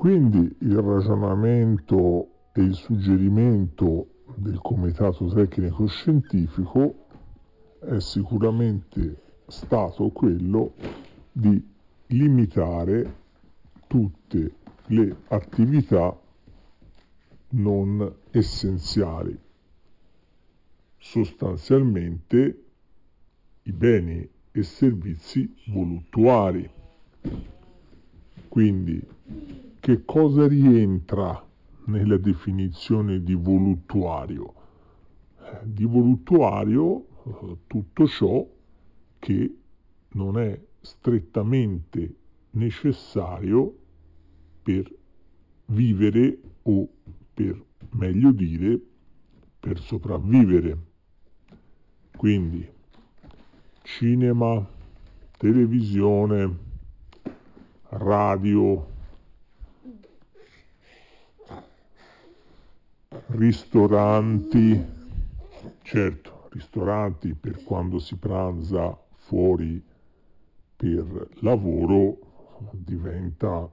Quindi il ragionamento e il suggerimento del Comitato Tecnico Scientifico è sicuramente stato quello di limitare tutte le attività non essenziali, sostanzialmente i beni e servizi voluttuari. Quindi, che cosa rientra nella definizione di voluttuario? Di voluttuario tutto ciò che non è strettamente necessario per vivere o, per meglio dire, per sopravvivere. Quindi cinema, televisione, radio, ristoranti, certo, ristoranti per quando si pranza fuori per lavoro diventa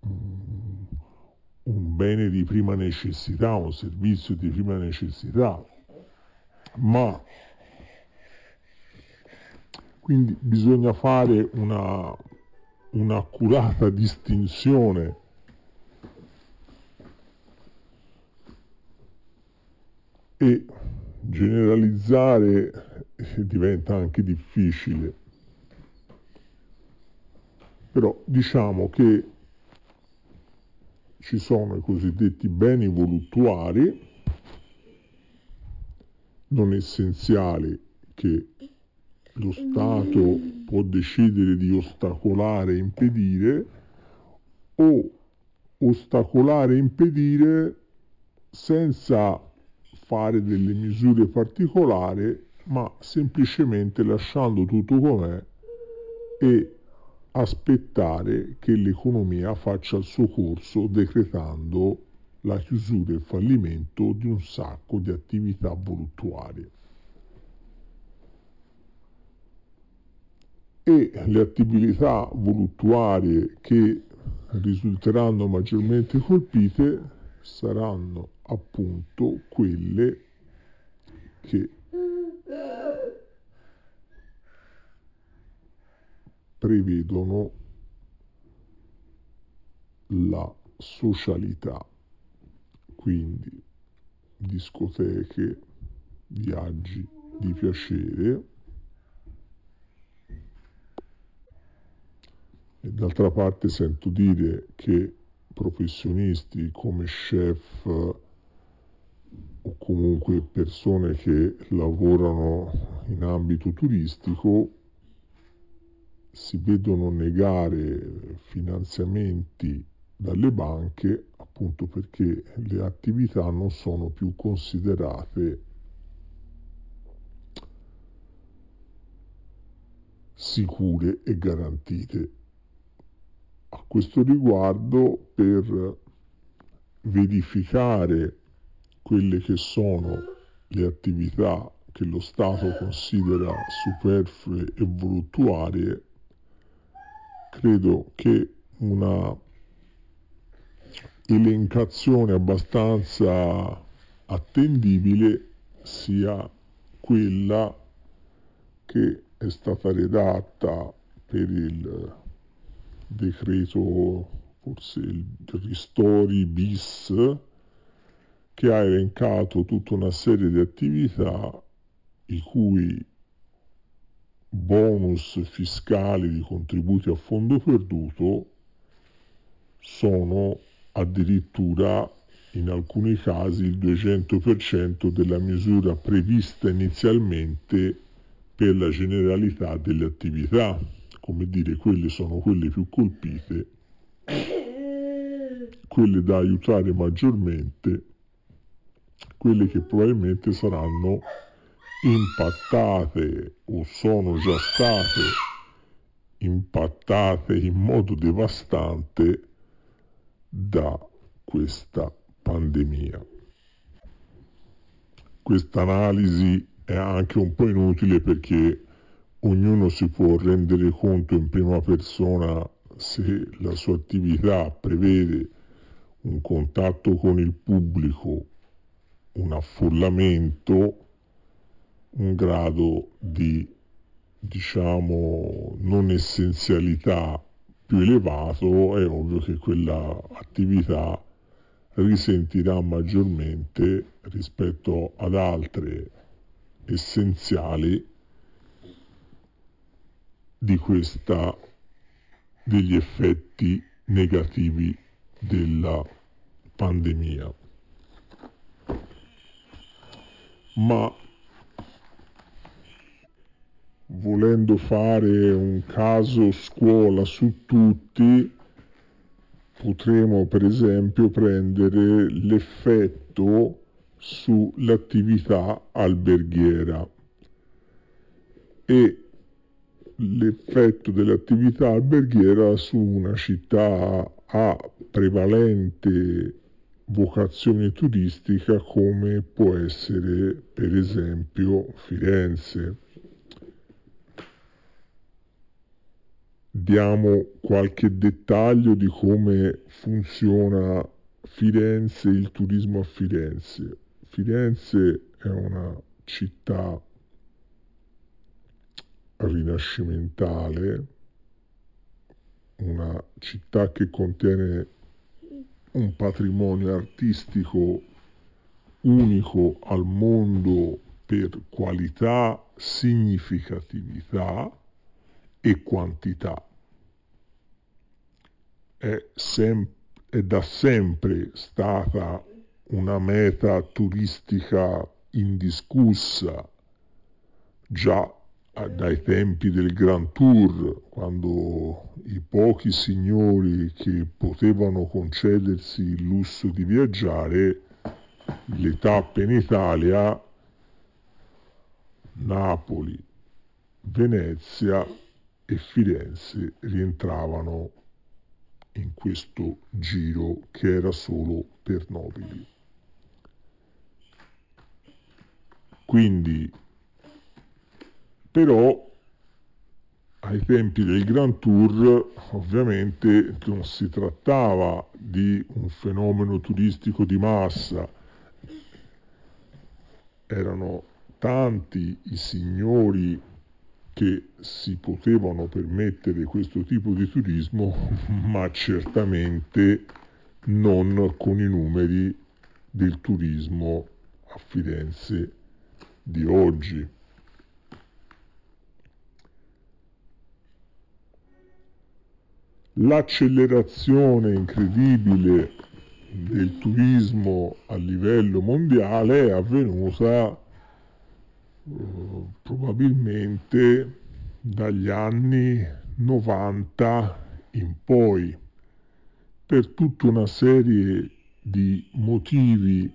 un bene di prima necessità, un servizio di prima necessità, ma quindi bisogna fare un'accurata distinzione e generalizzare diventa anche difficile. Però diciamo che ci sono i cosiddetti beni voluttuari non essenziali che lo Stato può decidere di ostacolare e impedire, o ostacolare e impedire senza fare delle misure particolari, ma semplicemente lasciando tutto com'è e aspettare che l'economia faccia il suo corso, decretando la chiusura e il fallimento di un sacco di attività voluttuarie. E le attività voluttuarie che risulteranno maggiormente colpite saranno appunto quelle che prevedono la socialità, quindi discoteche, viaggi di piacere, e d'altra parte sento dire che professionisti come chef o comunque persone che lavorano in ambito turistico si vedono negare finanziamenti dalle banche appunto perché le attività non sono più considerate sicure e garantite. A questo riguardo, per verificare quelle che sono le attività che lo Stato considera superflue e voluttuarie, credo che una elencazione abbastanza attendibile sia quella che è stata redatta per il decreto, forse il Ristori bis, che ha elencato tutta una serie di attività i cui bonus fiscali di contributi a fondo perduto sono addirittura in alcuni casi il 200% della misura prevista inizialmente per la generalità delle attività. Come dire, quelle sono quelle più colpite, quelle da aiutare maggiormente, quelle che probabilmente saranno impattate o sono già state impattate in modo devastante da questa pandemia. Questa analisi è anche un po' inutile perché ognuno si può rendere conto in prima persona se la sua attività prevede un contatto con il pubblico, un affollamento, un grado di, diciamo, non essenzialità più elevato, è ovvio che quella attività risentirà maggiormente rispetto ad altre essenziali degli effetti negativi della pandemia. Ma volendo fare un caso scuola su tutti, potremo per esempio prendere l'effetto sull'attività alberghiera, e l'effetto dell'attività alberghiera su una città a prevalente vocazione turistica come può essere per esempio Firenze. Diamo qualche dettaglio di come funziona Firenze, il turismo a Firenze. Firenze è una città rinascimentale, una città che contiene un patrimonio artistico unico al mondo per qualità, significatività e quantità. È da sempre stata una meta turistica indiscussa, già dai tempi del Grand Tour, quando i pochi signori che potevano concedersi il lusso di viaggiare, le tappe in Italia, Napoli, Venezia e Firenze, rientravano in questo giro che era solo per nobili. Quindi, però, ai tempi del Grand Tour ovviamente non si trattava di un fenomeno turistico di massa, erano tanti i signori che si potevano permettere questo tipo di turismo, ma certamente non con i numeri del turismo a Firenze di oggi. L'accelerazione incredibile del turismo a livello mondiale è avvenuta probabilmente dagli anni 90 in poi, per tutta una serie di motivi.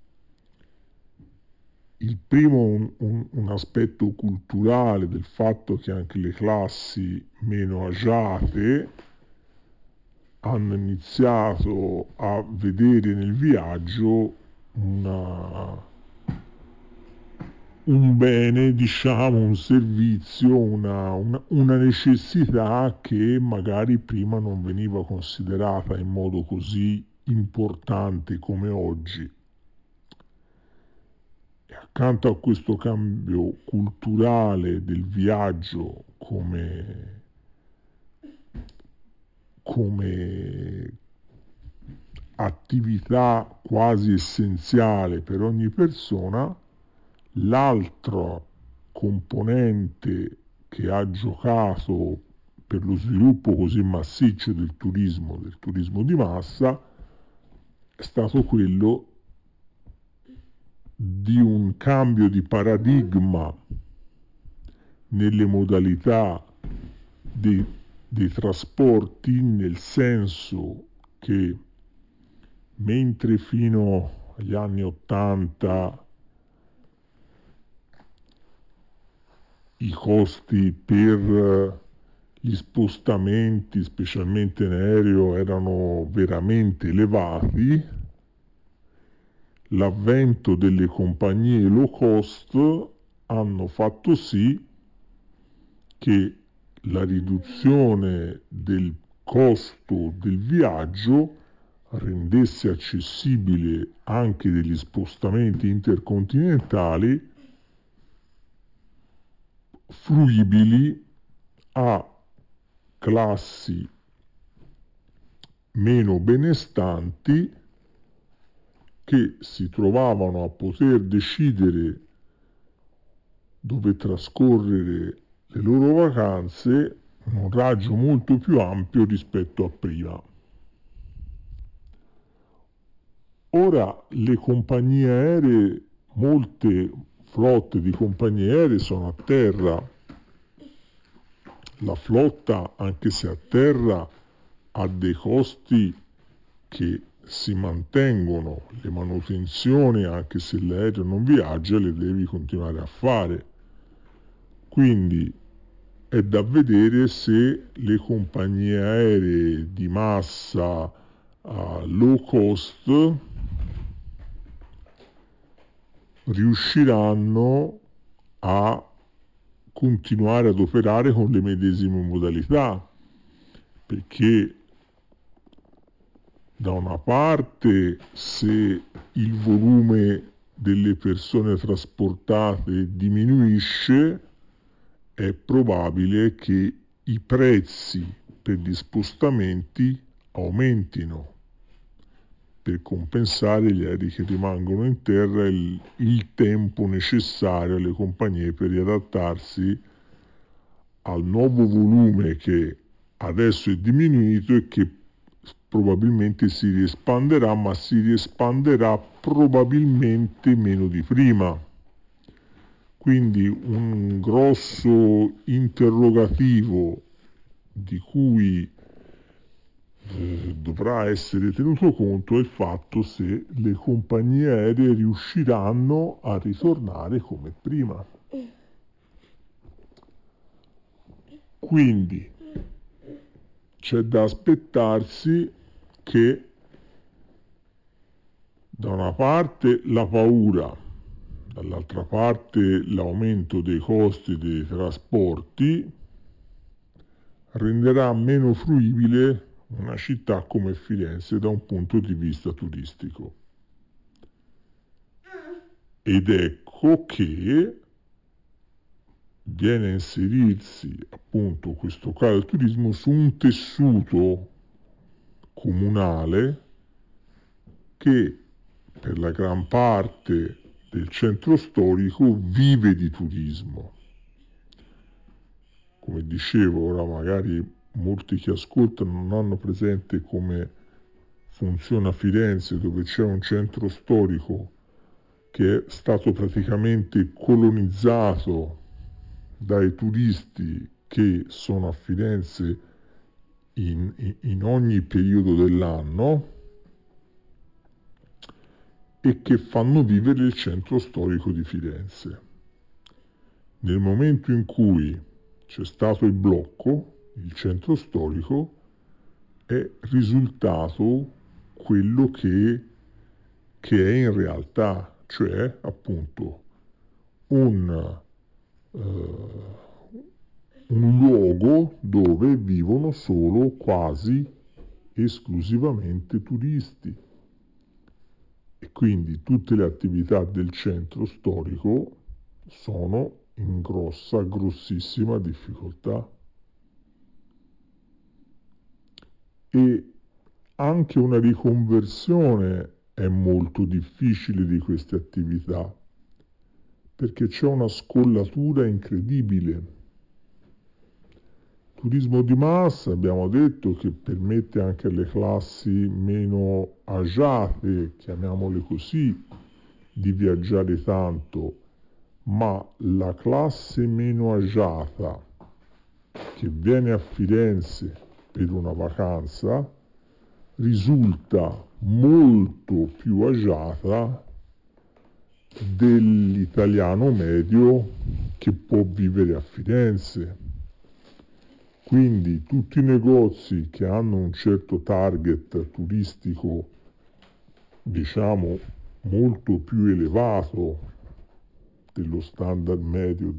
Il primo un aspetto culturale del fatto che anche le classi meno agiate hanno iniziato a vedere nel viaggio un bene, diciamo, un servizio, una necessità che magari prima non veniva considerata in modo così importante come oggi. E accanto a questo cambio culturale del viaggio come attività quasi essenziale per ogni persona, l'altro componente che ha giocato per lo sviluppo così massiccio del turismo di massa, è stato quello di un cambio di paradigma nelle modalità dei trasporti, nel senso che mentre fino agli anni '80 i costi per gli spostamenti, specialmente in aereo, erano veramente elevati, l'avvento delle compagnie low cost hanno fatto sì che la riduzione del costo del viaggio rendesse accessibile anche degli spostamenti intercontinentali fruibili a classi meno benestanti che si trovavano a poter decidere dove trascorrere le loro vacanze in un raggio molto più ampio rispetto a prima. Ora le compagnie aeree, molte flotte di compagnie aeree sono a terra. La flotta, anche se a terra, ha dei costi che si mantengono, le manutenzioni, anche se l'aereo non viaggia, le devi continuare a fare. Quindi è da vedere se le compagnie aeree di massa low cost riusciranno a continuare ad operare con le medesime modalità, perché da una parte, se il volume delle persone trasportate diminuisce, è probabile che i prezzi per gli spostamenti aumentino per compensare gli aerei che rimangono in terra e il tempo necessario alle compagnie per riadattarsi al nuovo volume che adesso è diminuito e che probabilmente si riespanderà, ma si riespanderà probabilmente meno di prima. Quindi un grosso interrogativo di cui dovrà essere tenuto conto è il fatto se le compagnie aeree riusciranno a ritornare come prima. Quindi c'è da aspettarsi che da una parte la paura, dall'altra parte l'aumento dei costi dei trasporti renderà meno fruibile una città come Firenze da un punto di vista turistico. Ed ecco che viene a inserirsi appunto questo calo del turismo su un tessuto comunale che per la gran parte del centro storico vive di turismo. Come dicevo, ora magari molti che ascoltano non hanno presente come funziona Firenze, dove c'è un centro storico che è stato praticamente colonizzato dai turisti che sono a Firenze in ogni periodo dell'anno e che fanno vivere il centro storico di Firenze. Nel momento in cui c'è stato il blocco, il centro storico è risultato quello che è in realtà, cioè appunto un luogo dove vivono solo quasi esclusivamente turisti e quindi tutte le attività del centro storico sono in grossissima difficoltà. E anche una riconversione è molto difficile di queste attività, perché c'è una scollatura incredibile. Turismo di massa, abbiamo detto, che permette anche alle classi meno agiate, chiamiamole così, di viaggiare tanto, ma la classe meno agiata che viene a Firenze per una vacanza risulta molto più agiata dell'italiano medio che può vivere a Firenze. Quindi tutti i negozi che hanno un certo target turistico, diciamo, molto più elevato dello standard medio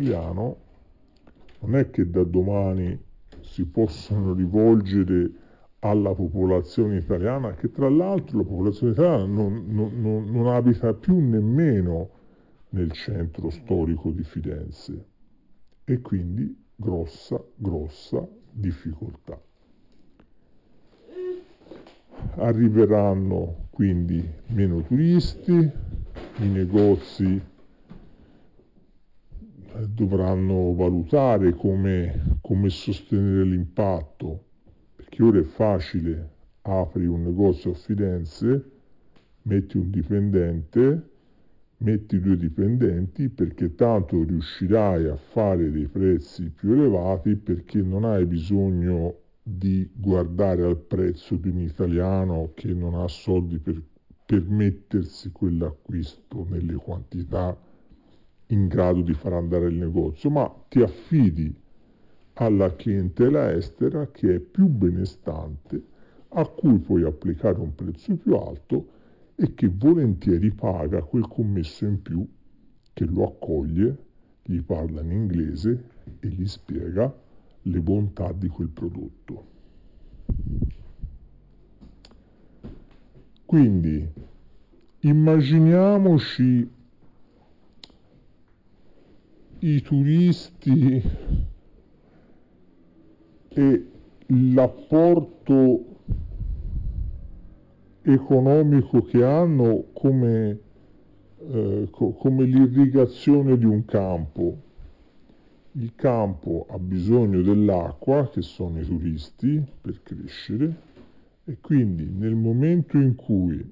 dell'italiano, non è che da domani si possono rivolgere alla popolazione italiana, che tra l'altro la popolazione italiana non abita più nemmeno nel centro storico di Firenze, e quindi grossa difficoltà. Arriveranno quindi meno turisti, i negozi dovranno valutare come sostenere l'impatto, perché ora è facile: apri un negozio a Firenze, metti un dipendente, metti 2 dipendenti, perché tanto riuscirai a fare dei prezzi più elevati, perché non hai bisogno di guardare al prezzo di un italiano che non ha soldi per permettersi quell'acquisto nelle quantità in grado di far andare il negozio, ma ti affidi alla clientela estera, che è più benestante, a cui puoi applicare un prezzo più alto e che volentieri paga quel commesso in più, che lo accoglie, gli parla in inglese e gli spiega le bontà di quel prodotto. Quindi immaginiamoci i turisti e l'apporto economico che hanno come l'irrigazione di un campo. Il campo ha bisogno dell'acqua, che sono i turisti, per crescere, e quindi nel momento in cui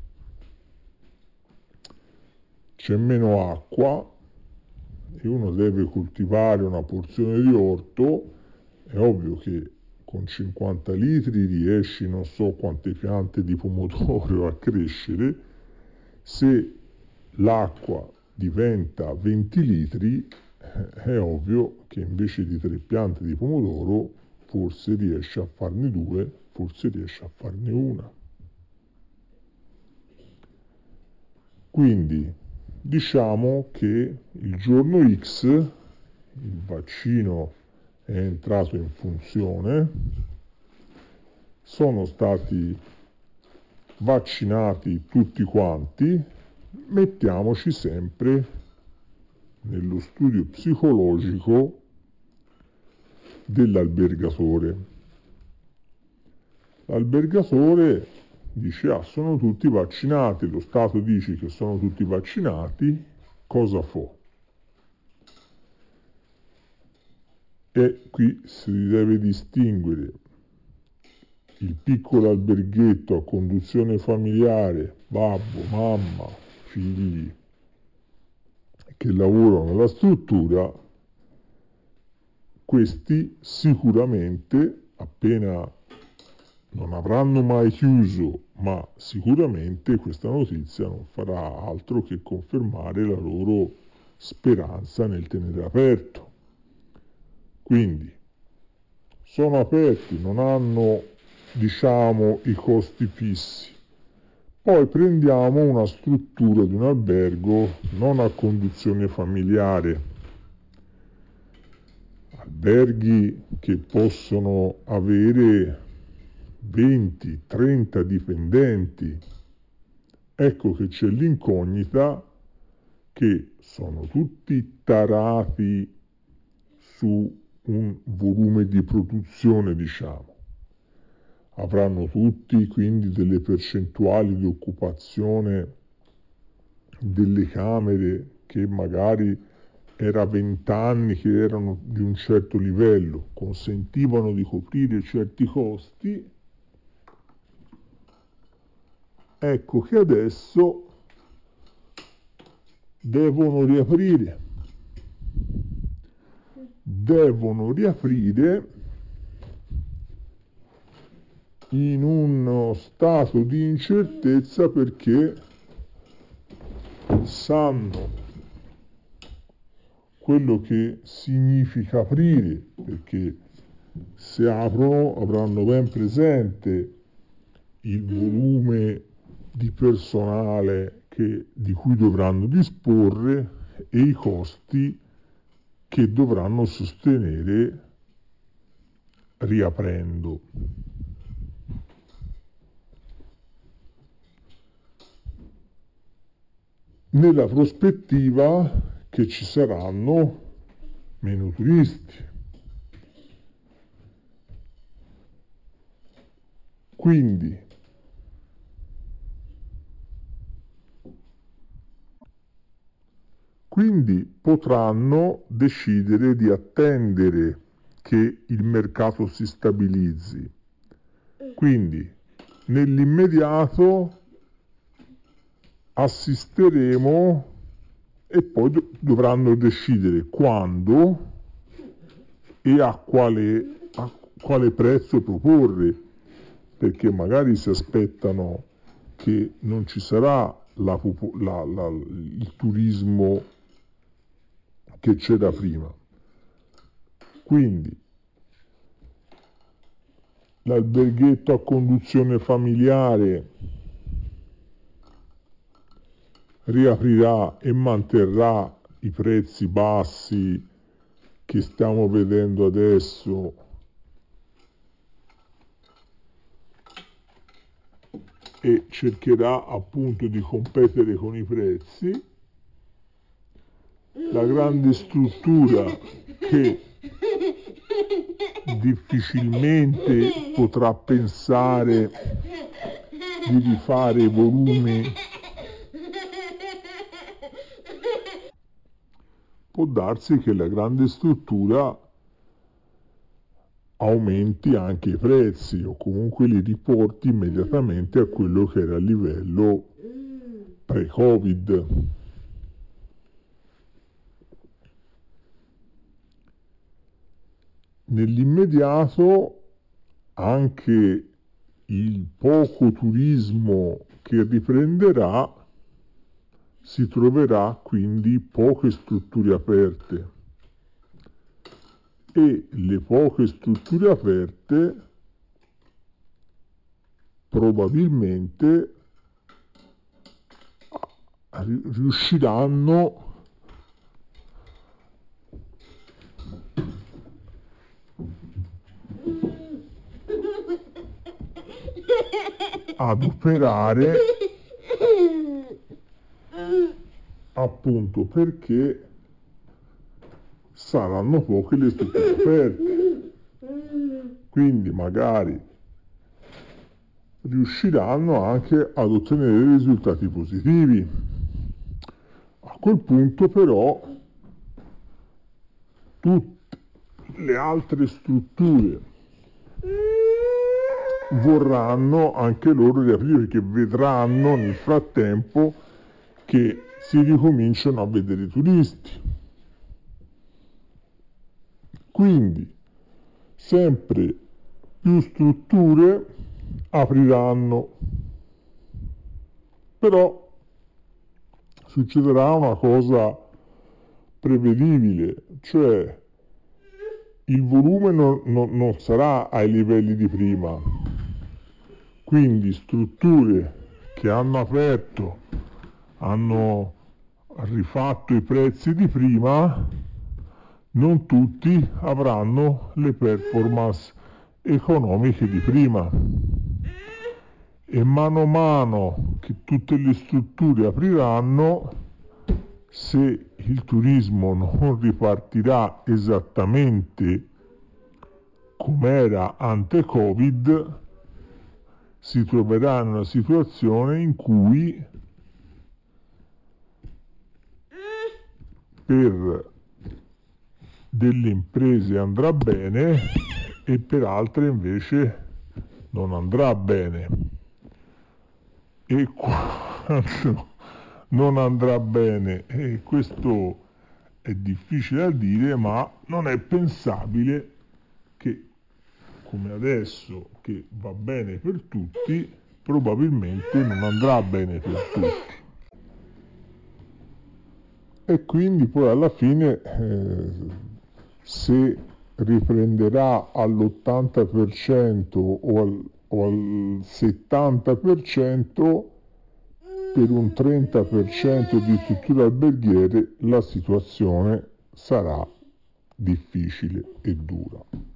c'è meno acqua e uno deve coltivare una porzione di orto, è ovvio che con 50 litri riesci non so quante piante di pomodoro a crescere. Se l'acqua diventa 20 litri, è ovvio che invece di 3 piante di pomodoro forse riesce a farne 2, forse riesce a farne 1. Quindi diciamo che il giorno X il vaccino è entrato in funzione, sono stati vaccinati tutti quanti, mettiamoci sempre nello studio psicologico dell'albergatore. L'albergatore dice: sono tutti vaccinati, lo Stato dice che sono tutti vaccinati, cosa fa? E qui si deve distinguere il piccolo alberghetto a conduzione familiare, babbo, mamma, figli che lavorano nella struttura. Questi sicuramente, appena non avranno mai chiuso, ma sicuramente questa notizia non farà altro che confermare la loro speranza nel tenere aperto. Quindi sono aperti, non hanno, diciamo, i costi fissi. Poi prendiamo una struttura di un albergo non a conduzione familiare, alberghi che possono avere 20-30 dipendenti. Ecco che c'è l'incognita che sono tutti tarati su un volume di produzione, diciamo. Avranno tutti quindi delle percentuali di occupazione delle camere che magari era 20 anni che erano di un certo livello, consentivano di coprire certi costi. Ecco che adesso devono riaprire in uno stato di incertezza, perché sanno quello che significa aprire, perché se aprono avranno ben presente il volume di personale di cui dovranno disporre e i costi che dovranno sostenere riaprendo. nella prospettiva che ci saranno meno turisti. Quindi potranno decidere di attendere che il mercato si stabilizzi. Quindi nell'immediato assisteremo e poi dovranno decidere quando e a quale prezzo proporre, perché magari si aspettano che non ci sarà il turismo che c'era prima. Quindi l'alberghetto a conduzione familiare riaprirà e manterrà i prezzi bassi che stiamo vedendo adesso e cercherà appunto di competere con i prezzi. La grande struttura che difficilmente potrà pensare di rifare i volumi, può darsi che la grande struttura aumenti anche i prezzi o comunque li riporti immediatamente a quello che era il livello pre-Covid. Nell'immediato anche il poco turismo che riprenderà si troverà quindi poche strutture aperte e le poche strutture aperte probabilmente riusciranno ad operare appunto perché saranno poche le strutture aperte, quindi magari riusciranno anche ad ottenere risultati positivi. A quel punto però tutte le altre strutture vorranno anche loro riaprire, perché vedranno nel frattempo che si ricominciano a vedere turisti. Quindi sempre più strutture apriranno, però succederà una cosa prevedibile, cioè il volume non sarà ai livelli di prima, quindi strutture che hanno aperto, hanno rifatto i prezzi di prima, non tutti avranno le performance economiche di prima e mano a mano che tutte le strutture apriranno, se il turismo non ripartirà esattamente come era ante Covid, si troverà in una situazione in cui per delle imprese andrà bene e per altre invece non andrà bene. E quando non andrà bene, e questo è difficile da dire, ma non è pensabile che come adesso che va bene per tutti, probabilmente non andrà bene per tutti. E quindi poi alla fine se riprenderà all'80% o al 70%, per un 30% di strutture alberghiere la situazione sarà difficile e dura.